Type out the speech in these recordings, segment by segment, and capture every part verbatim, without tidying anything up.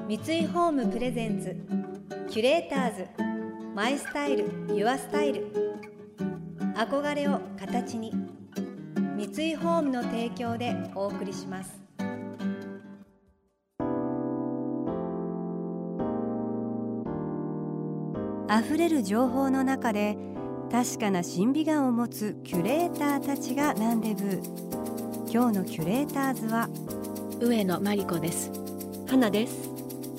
三井ホームプレゼンツキュレーターズマイスタイルユアスタイル、憧れを形に、三井ホームの提供でお送りします。あふれる情報の中で確かな審美眼を持つキュレーターたちがランデブー。今日のキュレーターズは上野真理子です。 花です。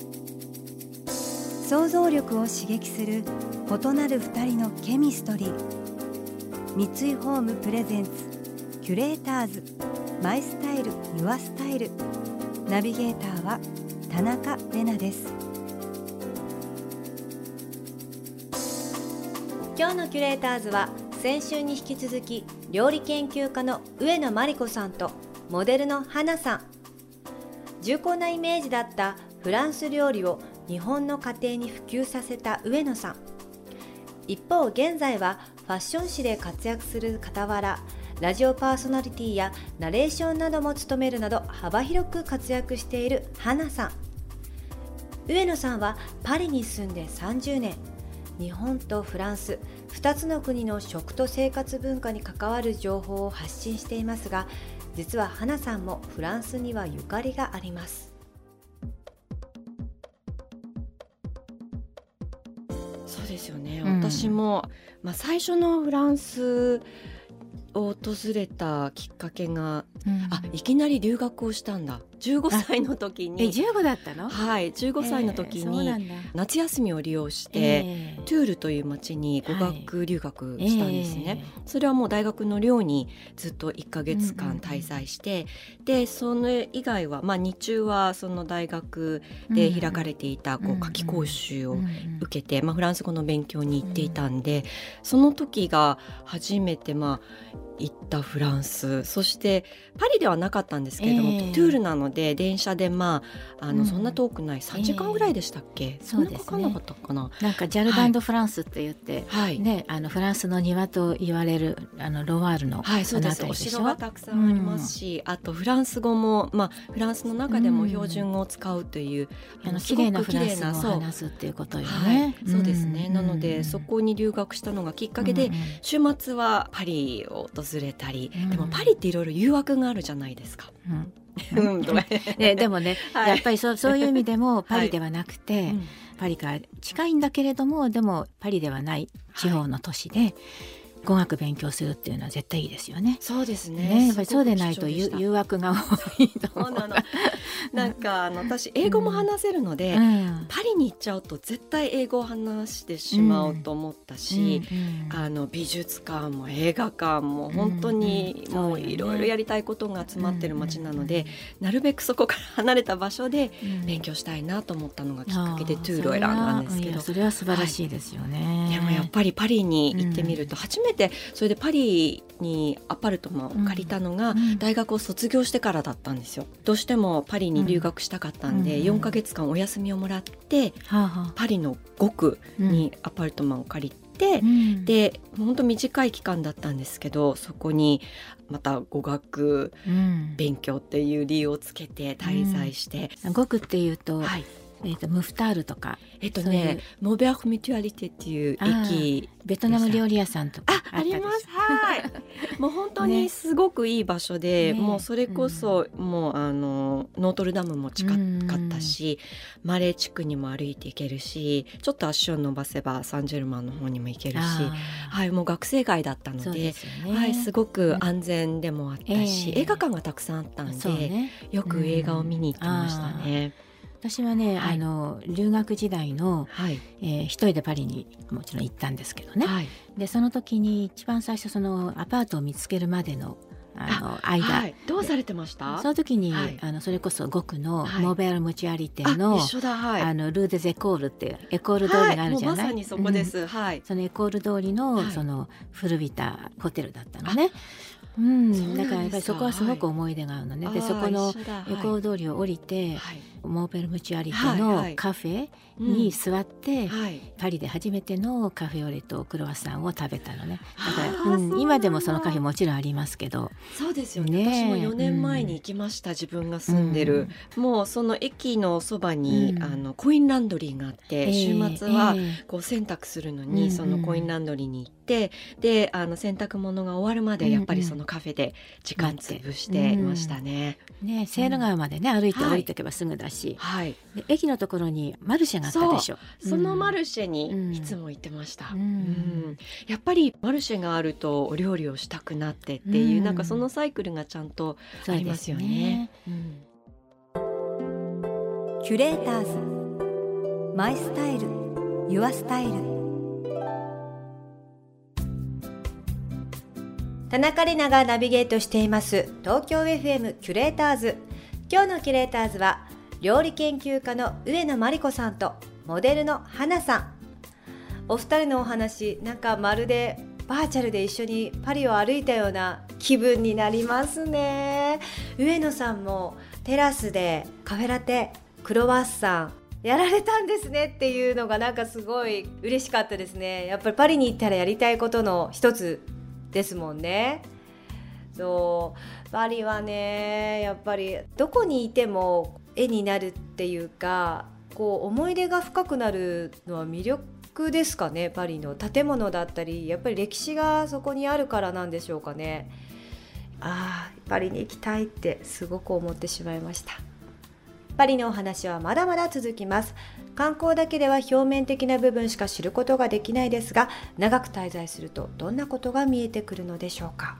想像力を刺激する異なる二人のケミストリー。三井ホームプレゼンツキュレーターズマイスタイルユアスタイル、ナビゲーターは田中れなです。今日のキュレーターズは先週に引き続き料理研究家の上野真理子さんとモデルの花さん。重厚なイメージだったフランス料理を日本の家庭に普及させた上野さん。一方現在はファッション誌で活躍する傍ら、ラジオパーソナリティやナレーションなども務めるなど幅広く活躍している花さん。上野さんはパリに住んでさんじゅうねん、日本とフランスふたつの国の食と生活文化に関わる情報を発信していますが、実は花さんもフランスにはゆかりがあります。 そうですよね、うん、私も、まあ、最初のフランスを訪れたきっかけが、うん、あいきなり留学をしたんだ。じゅうごさいの時に。 えじゅうごだったの？ はい、じゅうごさいの時に、えー、夏休みを利用して、えー、トゥールという町に語学留学したんですね、はいえー、それはもう大学の寮にずっといっかげつかん滞在して、うんうんうん、でそれ以外は、まあ、日中はその大学で開かれていたこう夏期講習を受けて、まあ、フランス語の勉強に行っていたんで、その時が初めて、まあ、行ったフランス、そしてパリではなかったんですけれども、えー、トゥールなので電車で、まあ、あの、うん、そんな遠くないさんじかんぐらいでしたっけ、えー、そんなかかんなかったかな。 なんかジャルダンドフランスって言って、はいね、あのフランスの庭と言われるあのロワールの、 はい、そうです。お城がたくさんありますし、うん、あとフランス語も、まあ、フランスの中でも標準語を使うという、 うん、あの綺麗なフランス語を話すっていうことよね、 はい、そうですね、うん、なのでそこに留学したのがきっかけで、うん、週末はパリを訪れたり、うん、でもパリっていろいろ誘惑があるじゃないですか、うんうんね、でもね、はい、やっぱり そ, そういう意味でもパリではなくて、はいうん、パリから近いんだけれどもでもパリではない地方の都市で、はい、語学勉強するっていうのは絶対いいですよね。 そうですね、 ねやっぱりそうでないと誘惑が多いと思う。 そうなのなんかあの私英語も話せるので、うん、パリに行っちゃうと絶対英語を話してしまおうと思ったし、うんうん、あの美術館も映画館も本当にもういろいろやりたいことが詰まってる街なので、うんうんうん、なるべくそこから離れた場所で勉強したいなと思ったのがきっかけで、うん、トゥールを選んだんですけど、 それは素晴らしいですよね、 はい、でもやっぱりパリに行ってみると、初めてそれでパリにアパルトマンを借りたのが大学を卒業してからだったんですよ。どうしてもパリに留学したかったんで、うん、よんかげつかんお休みをもらって、うん、パリのごくにアパルトマンを借りて、うん、で本当短い期間だったんですけど、そこにまた語学勉強っていう理由をつけて滞在して、 うん、語句っていうと、はいえー、とムフタールとか、 えっとね、モベアフミュチュアリテっていう駅、 ベトナム料理屋さんとかあ, あります、はい、もう本当にすごくいい場所で、ね、もうそれこそ、うん、もうあのノートルダムも近かったし、うん、マレー地区にも歩いて行けるし、ちょっと足を伸ばせばサンジェルマンの方にも行けるし、はい、もう学生街だったの で, です、ねはい、すごく安全でもあったし、うんえー、映画館がたくさんあったんで、ね、よく映画を見に行ってましたね、 うん私はね、はい、あの留学時代の、はいえー、一人でパリにもちろん行ったんですけどね、はい、でその時に一番最初そのアパートを見つけるまでのあの間、はい、 どうされてました？ その時に、はい、あのそれこそごくのモーベルムチュアリテの、はいあはい、あのルーデゼコールっていうエコール通りがあるじゃない、はい、もうまさにそこです、うんはい、 そのエコール通りの、はい、その古びたホテルだったのね、 うん、だからやっぱりそこはすごく思い出があるのね、はい、でそこの横通りを降りて、はい、モーベルムチュアリティのカフェに座って、はいはい、パリで初めてのカフェオレとクロワッサンを食べたのね。だから、うん、今でもそのカフェもちろんありますけど。 そうですよね、私もよねんまえに行きました、うん、自分が住んでる、うん、もうその駅のそばに、うん、あのコインランドリーがあって、えー、週末はこう洗濯するのに、えー、そのコインランドリーに行って、うん、であの洗濯物が終わるまでやっぱりそのカフェで時間潰していましたね。 うんうん、ね、セーヌ川までね、歩いて降りていけばすぐだし、はい、で駅のところにマルシェがあったでしょ。 そ, そのマルシェにいつも行ってました。うんうん、やっぱりマルシェがあるとお料理をしたくなってっていう、うん、なんかそのサイクルがちゃんとありますよね。うん、 キュレーターズマイスタイルユアスタイル。田中里奈がナビゲートしています東京 エフエム キュレーターズ。今日のキュレーターズは料理研究家の上野真理子さんとモデルの花さん。お二人のお話、なんかまるでバーチャルで一緒にパリを歩いたような気分になりますね。上野さんもテラスでカフェラテ、クロワッサンやられたんですねっていうのがなんかすごい嬉しかったですね。やっぱりパリに行ったらやりたいことの一つですもんね。そうパリはね、やっぱりどこにいても絵になるっていうか、こう思い出が深くなるのは魅力ですかね。パリの建物だったり、やっぱり歴史がそこにあるからなんでしょうかね。あー、パリに行きたいってすごく思ってしまいました。パリのお話はまだまだ続きます。観光だけでは表面的な部分しか知ることができないですが、長く滞在するとどんなことが見えてくるのでしょうか。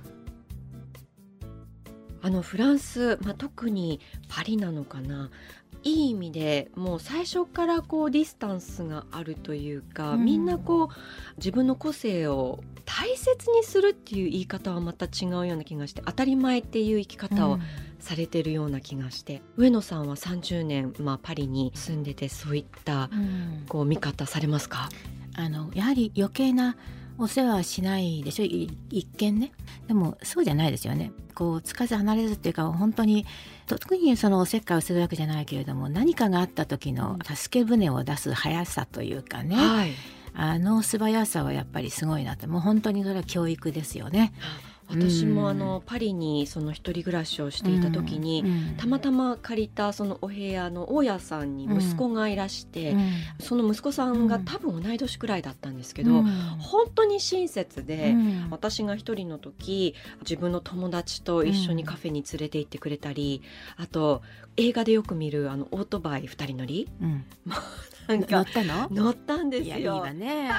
あのフランス、まあ、特にパリなのかな、いい意味でもう最初からこうディスタンスがあるというか、うん、みんなこう自分の個性を大切にするっていう言い方はまた違うような気がして、当たり前っていう生き方をされてるような気がして、うん、上野さんはさんじゅうねん、まあ、パリに住んでて、そういったこう見方されますか？ あのやはり余計なお世話はしないでしょ、一見ね。でもそうじゃないですよね。こうつかず離れずっていうか、本当に特にそのおせっかいをするわけじゃないけれども、何かがあった時の助け舟を出す速さというかね、はい、あの素早さはやっぱりすごいなって。もう本当にそれは教育ですよね。 私もあのパリにその一人暮らしをしていた時に、うんうん、たまたま借りたそのお部屋の大家さんに息子がいらして、うん、その息子さんが多分同い年くらいだったんですけど、うん、本当に親切で、うん、私が一人の時自分の友達と一緒にカフェに連れて行ってくれたり、あと映画でよく見るあのオートバイ二人乗り、うん、なんか乗ったの？ 乗ったんですよ。 いや、いいわね。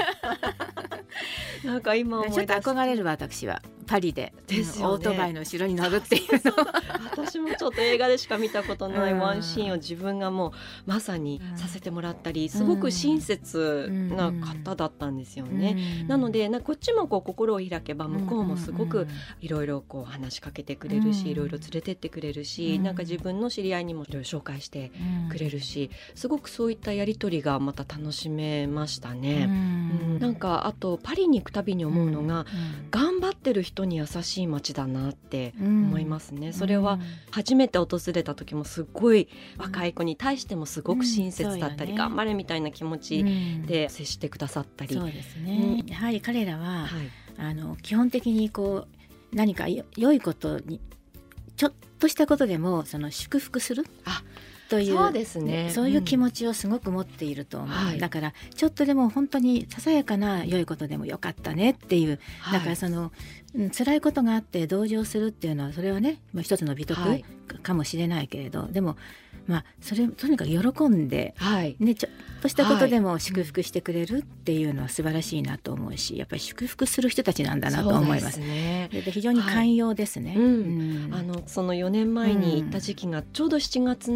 なんか今思い出してちょっと憧れるわ、私はパリでですよね、オートバイの後ろに乗るっていうの私もちょっと映画でしか見たことないワンシーンを自分がもうまさにさせてもらったり、すごく親切な方だったんですよね。なのでなこっちもこう心を開けば向こうもすごくいろいろこう話しかけてくれるし、いろいろ連れてってくれるし、なんか自分の知り合いにもいろいろ紹介してくれるし、すごくそういったやり取りがまた楽しめましたね。うん、なんかあとパリに行くたびに思うのが、頑張ってる人に優しい街だなって思いますね。それは初めて訪れた時もすごい若い子に対してもすごく親切だったり、頑張れみたいな気持ちで接してくださったり、 そうですね、うん、やはり彼らは、はい、あの基本的にこう何か良いことにちょっとしたことでもその祝福するあという、 そうですね、 そういう気持ちをすごく持っていると思う、うん、だからちょっとでも本当にささやかな良いことでもよかったねっていう、はい、だからその、うん、辛いことがあって同情するっていうのはそれはね一つの美徳かもしれないけれど、はい、でもまあ、それとにかく喜んで、はいね、ちょっとしたことでも祝福してくれるっていうのは素晴らしいなと思うし、やっぱり祝福する人たちなんだなと思います。そうですね、で非常に寛容ですね、はい、うんうん、あのそのよねんまえに行った時期がちょうどしちがつの、うん、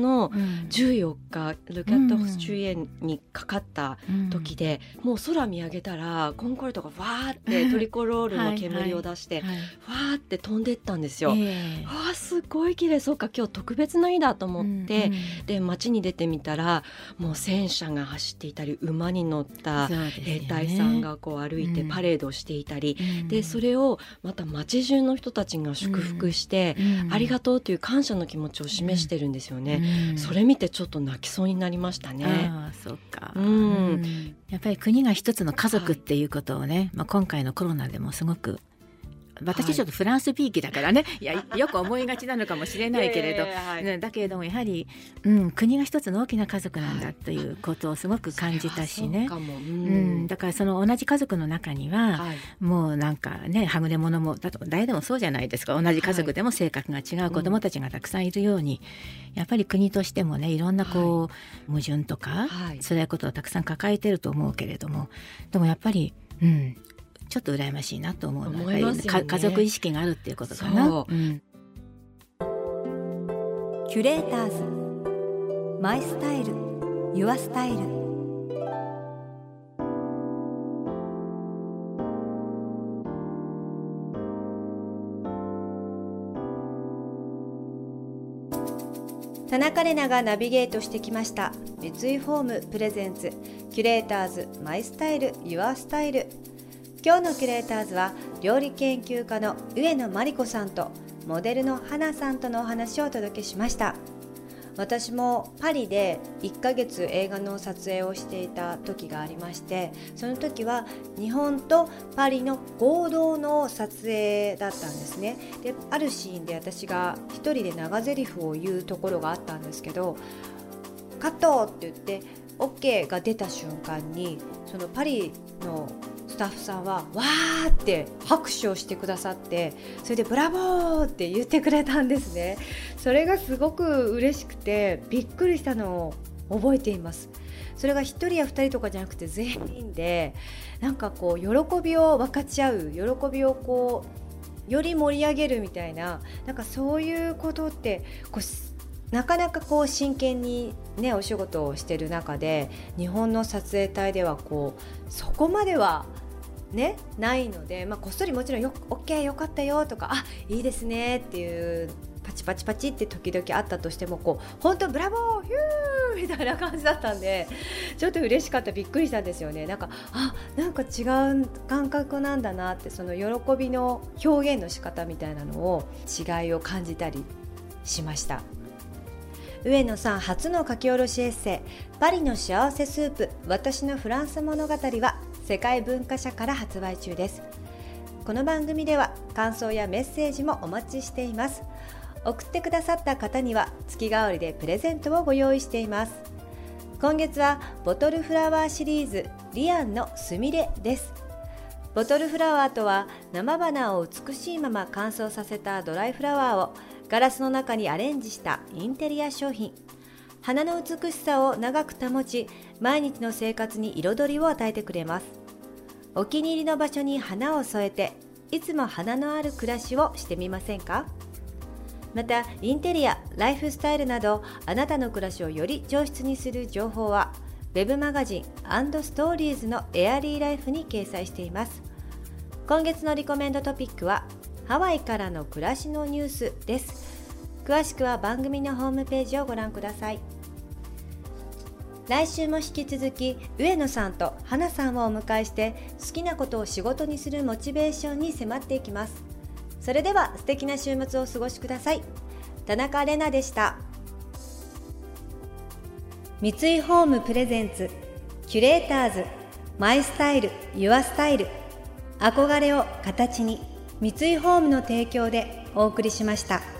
じゅうよっかルキャットフスチュイエンにかかった時で、うん、もう空見上げたらコンコルドがわーってトリコロールの煙を出してはい、はい、わーって飛んでったんですよ、えー、わーすごい綺麗、そうか今日特別な日だと思って、うんうん、で街に出てみたらもう戦車が走っていたり馬に乗った兵隊さんがこう歩いてパレードしていたり、うん、でそれをまた街中の人たちが祝福して、うん、ありがとうという感謝の気持ちを示してるんですよね、うん、それ見てちょっと泣きそうになりましたね。 あ、そうか、うんうん、やっぱり国が一つの家族っていうことをね、はい、まあ、今回のコロナでもすごく、私ちょっとフランスびいきだからね、はい、いやよく思いがちなのかもしれないけれど、はい、だけれどもやはり、うん、国が一つの大きな家族なんだということをすごく感じたしね、うん、だからその同じ家族の中には、はい、もうなんかねはぐれ者もだと誰でもそうじゃないですか。同じ家族でも性格が違う子どもたちがたくさんいるように、うん、やっぱり国としてもねいろんなこう、はい、矛盾とか、はい、辛いことをたくさん抱えてると思うけれども、でもやっぱり、うん、ちょっと羨ましいなと思うのは、ね、家族意識があるっていうことかな、うん、 キュレーターズマイスタイルユアスタイル。田中玲奈がナビゲートしてきました三井ホームプレゼンツキュレーターズマイスタイルユアスタイル。今日のキュレーターズは料理研究家の上野真理子さんとモデルの花さんとのお話をお届けしました。私もパリでいっかげつ映画の撮影をしていた時がありまして、その時は日本とパリの合同の撮影だったんですね。で、あるシーンで私が一人で長台詞を言うところがあったんですけど、カットって言って OK が出た瞬間にそのパリのスタッフさんはわーって拍手をしてくださって、それでブラボーって言ってくれたんですね。それがすごく嬉しくてびっくりしたのを覚えています。それが一人や二人とかじゃなくて全員で、なんかこう喜びを分かち合う、喜びをこうより盛り上げるみたいな、なんかそういうことってこうなかなかこう真剣にねお仕事をしている中で、日本の撮影隊ではこうそこまではねないので、まあ、こっそりもちろんよ OK よかったよとか、あいいですねっていうパチパチパチって時々あったとしても、こう本当ブラボーヒューみたいな感じだったんで、ちょっと嬉しかった、びっくりしたんですよね。なんかあなんか違う感覚なんだなって、その喜びの表現の仕方みたいなのを違いを感じたりしました。上野さん初の書き下ろしエッセイパリの幸せスープ私のフランス物語は世界文化社から発売中です。この番組では感想やメッセージもお待ちしています。送ってくださった方には月替わりでプレゼントをご用意しています。今月はボトルフラワーシリーズリアンのスミレです。ボトルフラワーとは生花を美しいまま乾燥させたドライフラワーをガラスの中にアレンジしたインテリア商品。花の美しさを長く保ち、毎日の生活に彩りを与えてくれます。お気に入りの場所に花を添えて、いつも花のある暮らしをしてみませんか？また、インテリア、ライフスタイルなど、あなたの暮らしをより上質にする情報は、ウェブマガジン&ストーリーズのエアリーライフに掲載しています。今月のリコメンドトピックは、ハワイからの暮らしのニュースです。詳しくは番組のホームページをご覧ください。来週も引き続き上野さんと花さんをお迎えして、好きなことを仕事にするモチベーションに迫っていきます。それでは素敵な週末をお過ごしください。田中玲奈でした。三井ホームプレゼンツキュレーターズマイスタイルユアスタイル、憧れを形に、三井ホームの提供でお送りしました。